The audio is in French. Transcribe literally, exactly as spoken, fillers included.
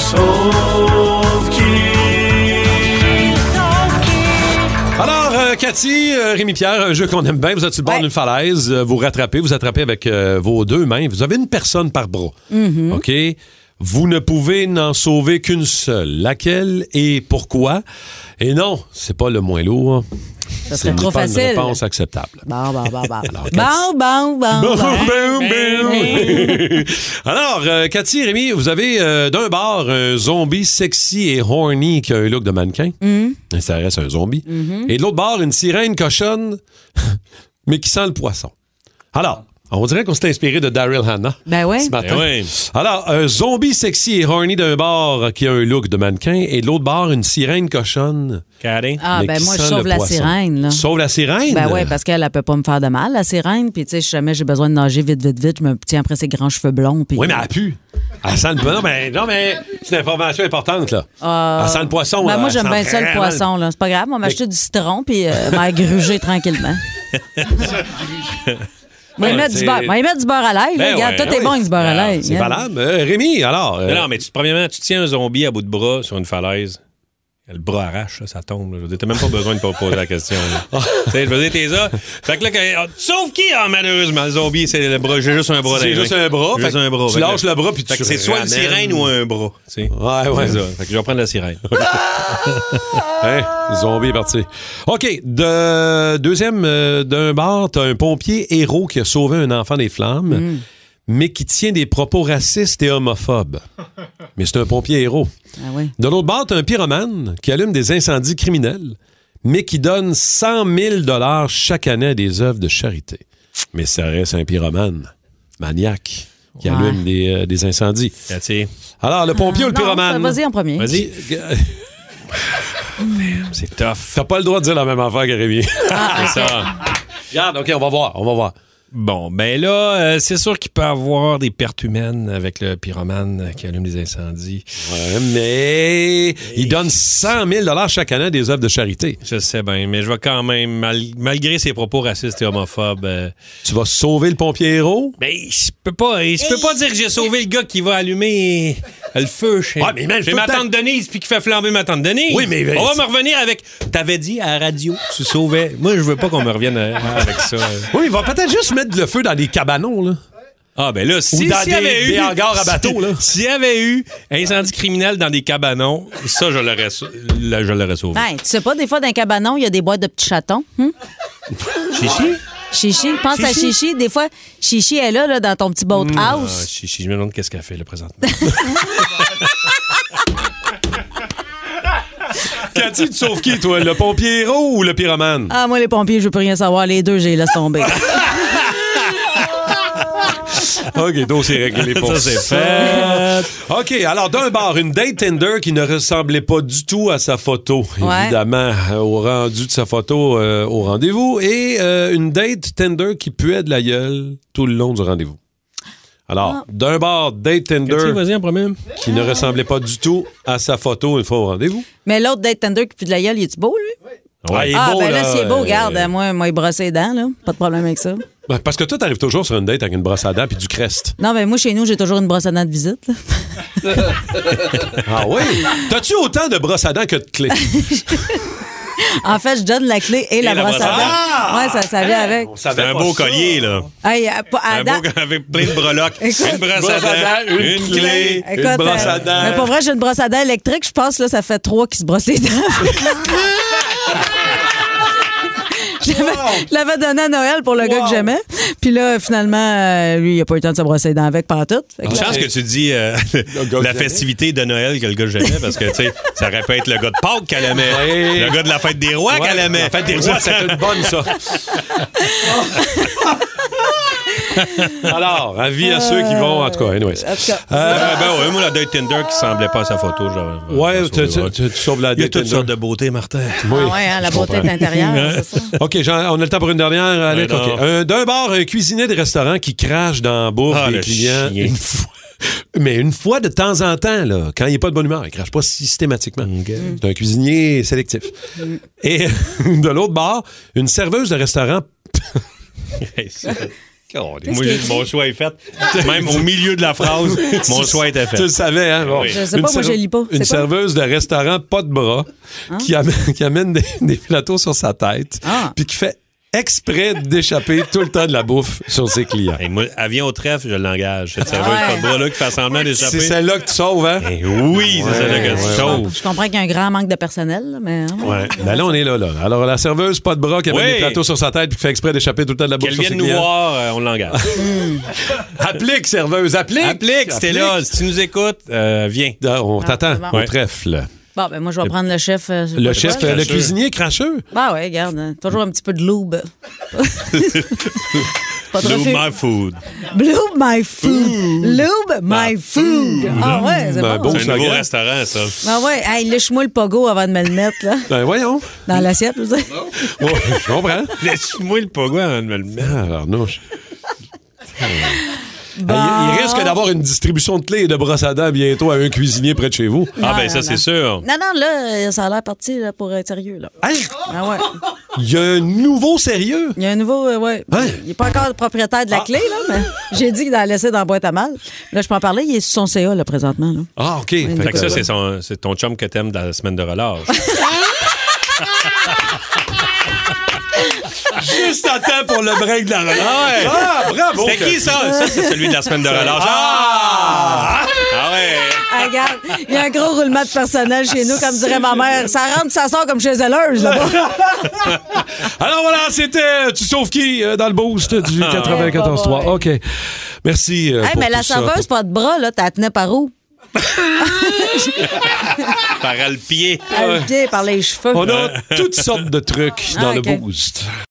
Sauve qui? Alors, euh, Cathy, euh, Rémi-Pierre, un jeu qu'on aime bien. Vous êtes sur le bord ouais. d'une falaise, euh, vous rattrapez, vous attrapez avec euh, vos deux mains. Vous avez une personne par bras. Mm-hmm. OK? Vous ne pouvez n'en sauver qu'une seule. Laquelle et pourquoi? Et non, c'est pas le moins lourd. Ça C'est serait trop pas facile. une réponse acceptable. Bon, bon, bon, bon. Alors, Bon, bon, bon, Boum, bon. boum, boum. Alors, euh, Cathy et Rémi, vous avez euh, d'un bord un zombie sexy et horny qui a un look de mannequin. Mm. Ça reste un zombie. Mm-hmm. Et de l'autre bord, une sirène cochonne, mais qui sent le poisson. Alors, on dirait qu'on s'est inspiré de Daryl Hannah Ben ouais. ce matin. Ben ouais. Alors, un zombie sexy et horny d'un bord qui a un look de mannequin et de l'autre bord, une sirène cochonne. Carré. Ah, mais ben qui moi, je sent sauve le la poisson. sirène, là. Tu sauves la sirène? Ben oui, parce qu'elle, elle peut pas me faire de mal, la sirène. Puis, tu sais, si jamais j'ai besoin de nager vite, vite, vite, je me tiens après ses grands cheveux blonds. Puis... Oui, mais elle pue. Elle sent le poisson. Non, mais, non, mais c'est une information importante, là. Euh, Elle sent le poisson. Ben là. moi, Elle j'aime sent bien ça, le vraiment poisson, là. C'est pas grave, on va m'acheter du citron, puis euh, m'a gruger tranquillement. Moi, Ouais, mettre c'est- du beurre. Moi, mettre du beurre à l'ail. là. Ben Regarde, ouais, tout est oui. bon avec du beurre à Ah, l'ail. C'est Hein. valable. Euh, Rémi, alors. euh, Mais non, mais tu, premièrement, tu tiens un zombie à bout de bras sur une falaise. Le bras arrache, là, ça tombe. Là. Je veux dire, t'as même pas besoin de pas poser la question. là. Tu sais, je veux dire, t'es là. Fait que là, quand, sauf qui, ah, malheureusement, le zombie, c'est le bras. J'ai juste un bras. c'est dans les juste mains. un bras. J'ai fait Juste que un bras. Tu Fait que lâches là- le bras puis Fait tu que c'est soit une ramènes. sirène ou un bras. Tu sais. Ouais, ouais. C'est ça. Fait que je vais prendre la sirène. Hein? Zombie est parti. OK. De, deuxième, euh, d'un bar, t'as un pompier héros qui a sauvé un enfant des flammes, Mm. mais qui tient des propos racistes et homophobes. Mais c'est un pompier héros. Ah oui. De l'autre bord, t'as un pyromane qui allume des incendies criminels, mais qui donne cent mille dollars chaque année à des œuvres de charité. Mais ça reste un pyromane maniaque qui Ouais. allume des, euh, des incendies. Tu sais. Alors, le pompier ou le Non, pyromane? Vas-y en premier. Vas-y. C'est tough. T'as pas le droit de dire la même affaire que Rémi. C'est ça. Regarde, OK, on va voir, on va voir. Bon, ben là, euh, c'est sûr qu'il peut y avoir des pertes humaines avec le pyromane euh, qui allume des incendies. Ouais, mais il donne cent mille dollars chaque année à des œuvres de charité. Je sais bien, mais je vais quand même, mal- malgré ses propos racistes et homophobes, euh, Tu vas sauver le pompier héros? ben, je peux pas, je peux pas dire que j'ai sauvé le gars qui va allumer euh, le feu chez, Ouais, mais man, chez faut ma que t'a- tante Denise puis qui fait flamber ma tante Denise. Oui, mais- On va me revenir avec, t'avais dit à la radio, tu sauvais. Moi, je veux pas qu'on me revienne euh, avec ça. Oui, il va peut-être juste mettre le feu dans des cabanons, là. Ah, ben là, si, Ou dans s'il y des- avait eu. des hangars à bateaux, là. S'il y avait eu incendie criminel dans des cabanons, ça, je l'aurais, sau- là, je l'aurais sauvé. Ben, tu sais pas, des fois, dans un cabanon, il y a des boîtes de petits chatons. Hum? Chichi? Chichi, pense à Chichi? Chichi. Des fois, Chichi est là, là dans ton petit boat Ah, house. Chichi, je me demande qu'est-ce qu'elle fait, là, présentement. Cathy, tu sauves qui, toi? Le pompier héros ou le pyromane? Ah, moi, les pompiers, je veux plus rien savoir. Les deux, j'ai laisse tomber. OK, donc c'est réglé pour Ça, c'est fait. OK, alors d'un bar, une date Tinder qui ne ressemblait pas du tout à sa photo, Ouais. évidemment, euh, au rendu de sa photo euh, au rendez-vous, et euh, une date Tinder qui puait de la gueule tout le long du rendez-vous. Alors, Ah. d'un bar, date Tinder Cathy, vas-y en premier. qui ne ressemblait pas du tout à sa photo une fois au rendez-vous. Mais l'autre date tender qui pue de la gueule, il est-tu beau, lui? Ouais, il est Ah, beau, ben là, s'il est beau, euh, regarde, moi, moi, il brosse les dents, là. Pas de problème avec ça. ben, parce que toi, t'arrives toujours sur une date avec une brosse à dents puis du crest. Non, mais moi, chez nous, j'ai toujours une brosse à dents de visite, là. Ah oui? T'as-tu autant de brosses à dents que de clés? En fait, je donne la clé et, la, la brosse à brosse à dents. Ouais, ça, ça vient avec. On C'est savait un pas beau ça. collier, là. Hey, à, à Un dents- beau avec plein de breloques. Une brosse à dents, une clé. Écoute, une brosse à euh, dents. Mais pour vrai, j'ai une brosse à dents électrique. Je pense là, ça fait trois qui se brossent les dents. Je l'avais- je l'avais donné à Noël pour le gars que j'aimais. Puis là, finalement, euh, lui, il a pas eu le temps de se brosser les dents avec pantoute. Fait que Une là- chance que tu dis euh, gars que la j'aimais. festivité de Noël que le gars que j'aimais, parce que, tu sais, ça aurait pu être le gars de Pâques qu'elle aimait. Ouais. Le gars de la fête des rois Ouais, qu'elle aimait. la fête des rois, c'est une bonne, ça. Alors, avis à ceux qui vont, en tout cas, anyways. En tout cas, Euh, ben ouais, moi, la date Tinder qui semblait pas à sa photo, genre. Ouais, euh, tu, tu, sauver, tu- tu sauves la Il y a date toutes Tinder. sortes de beautés, Martin. Oui, ah ouais, hein, la je beauté comprends. est intérieure, c'est ça. OK, Jean, on a le temps pour une dernière, Alec. Ouais, OK. non. Un- D'un bar, un cuisinier de restaurant qui crache dans la bouffe Ah, des le clients chien. une fois. Mais une fois de temps en temps, là, quand il n'est pas de bonne humeur, il crache pas systématiquement. C'est un cuisinier sélectif. Et de l'autre bar, une serveuse de restaurant Hey, ça- Moi, j'ai- mon choix est fait. Même au milieu de la phrase, mon choix était fait. Tu le savais, hein? Bon. Oui. Je sais Une pas, moi, je lis pas. Une C'est quoi? serveuse de restaurant pas de bras qui amène, qui amène des, des plateaux sur sa tête Ah. puis qui fait exprès d'échapper tout le temps de la bouffe sur ses clients. Hey, moi, avion au trèfle, je l'engage. Cette serveuse Ouais. pas de bras là qui fait semblant d'échapper. C'est celle-là que tu sauves, hein? Eh oui, c'est celle-là que je sauve. Je comprends qu'il y a un grand manque de personnel, là, mais. hein. Ouais. Ben là, on est là, là. Alors, la serveuse, pas de bras, qui amène Oui. des plateaux sur sa tête puis qui fait exprès d'échapper tout le temps de la bouffe Qu'elle sur ses vienne nous clients. voir, euh, on l'engage. Applique, serveuse, applique! Applique, si t'es là, si tu nous écoutes, euh, viens. Ah, on t'attend c'est bon. au trèfle. Bon, ben moi, je vais prendre le chef. euh, je sais Le pas chef, quoi. euh, le cracheux. cuisinier cracheux. Ah ouais, regarde, hein, toujours un petit peu de lube. Pas trop Do fait. my food. Lube my food. Lube my food. Ah ouais, c'est Ben, bon. bon C'est un nouveau slogan. restaurant, ça. Ah ouais, hey, lèche-moi le pogo avant de me le mettre, là. Ben, voyons. Dans l'assiette, vous savez. Ouais, je comprends. Laisse-moi le pogo avant de me le mettre. Ah, Arnouche. Bon. Il, il risque d'avoir une distribution de clés et de brosses à dents bientôt à un cuisinier près de chez vous. Ah, Non, ben non, ça, non. c'est sûr. Non, non, là, ça a l'air parti là, pour être sérieux, là. Hey, Ah ouais. il y a un nouveau sérieux. Il y a un nouveau, euh, ouais. Ouais. Il n'est pas encore le propriétaire de la Ah. clé, là, mais j'ai dit qu'il a laissé dans la boîte à mal. Là, je peux en parler, il est sur son C A, là, présentement, là. Ah, OK. Fait Fait que ça, que, c'est, son, c'est ton chum que t'aimes dans la semaine de relâche. juste à temps pour le break de la relâche. Ah ouais. Ah, bravo. C'était qui, ça? Ça, c'est celui de la semaine de relâche. Ah! Ah ouais! Ah, regarde, il y a un gros roulement de personnel chez nous, comme dirait ma mère. Ça rentre, ça sort comme chez Zelleuse, là-bas. Alors voilà, c'était Tu sauves qui euh, dans le boost du quatre-vingt-quatorze trois. OK. Merci. euh, Hey, pour mais la tout ça. serveuse, pas de bras, là, t'as tenais par où? Par le pied. Par le pied, par les cheveux. On a toutes sortes de trucs dans Ah, le OK. boost.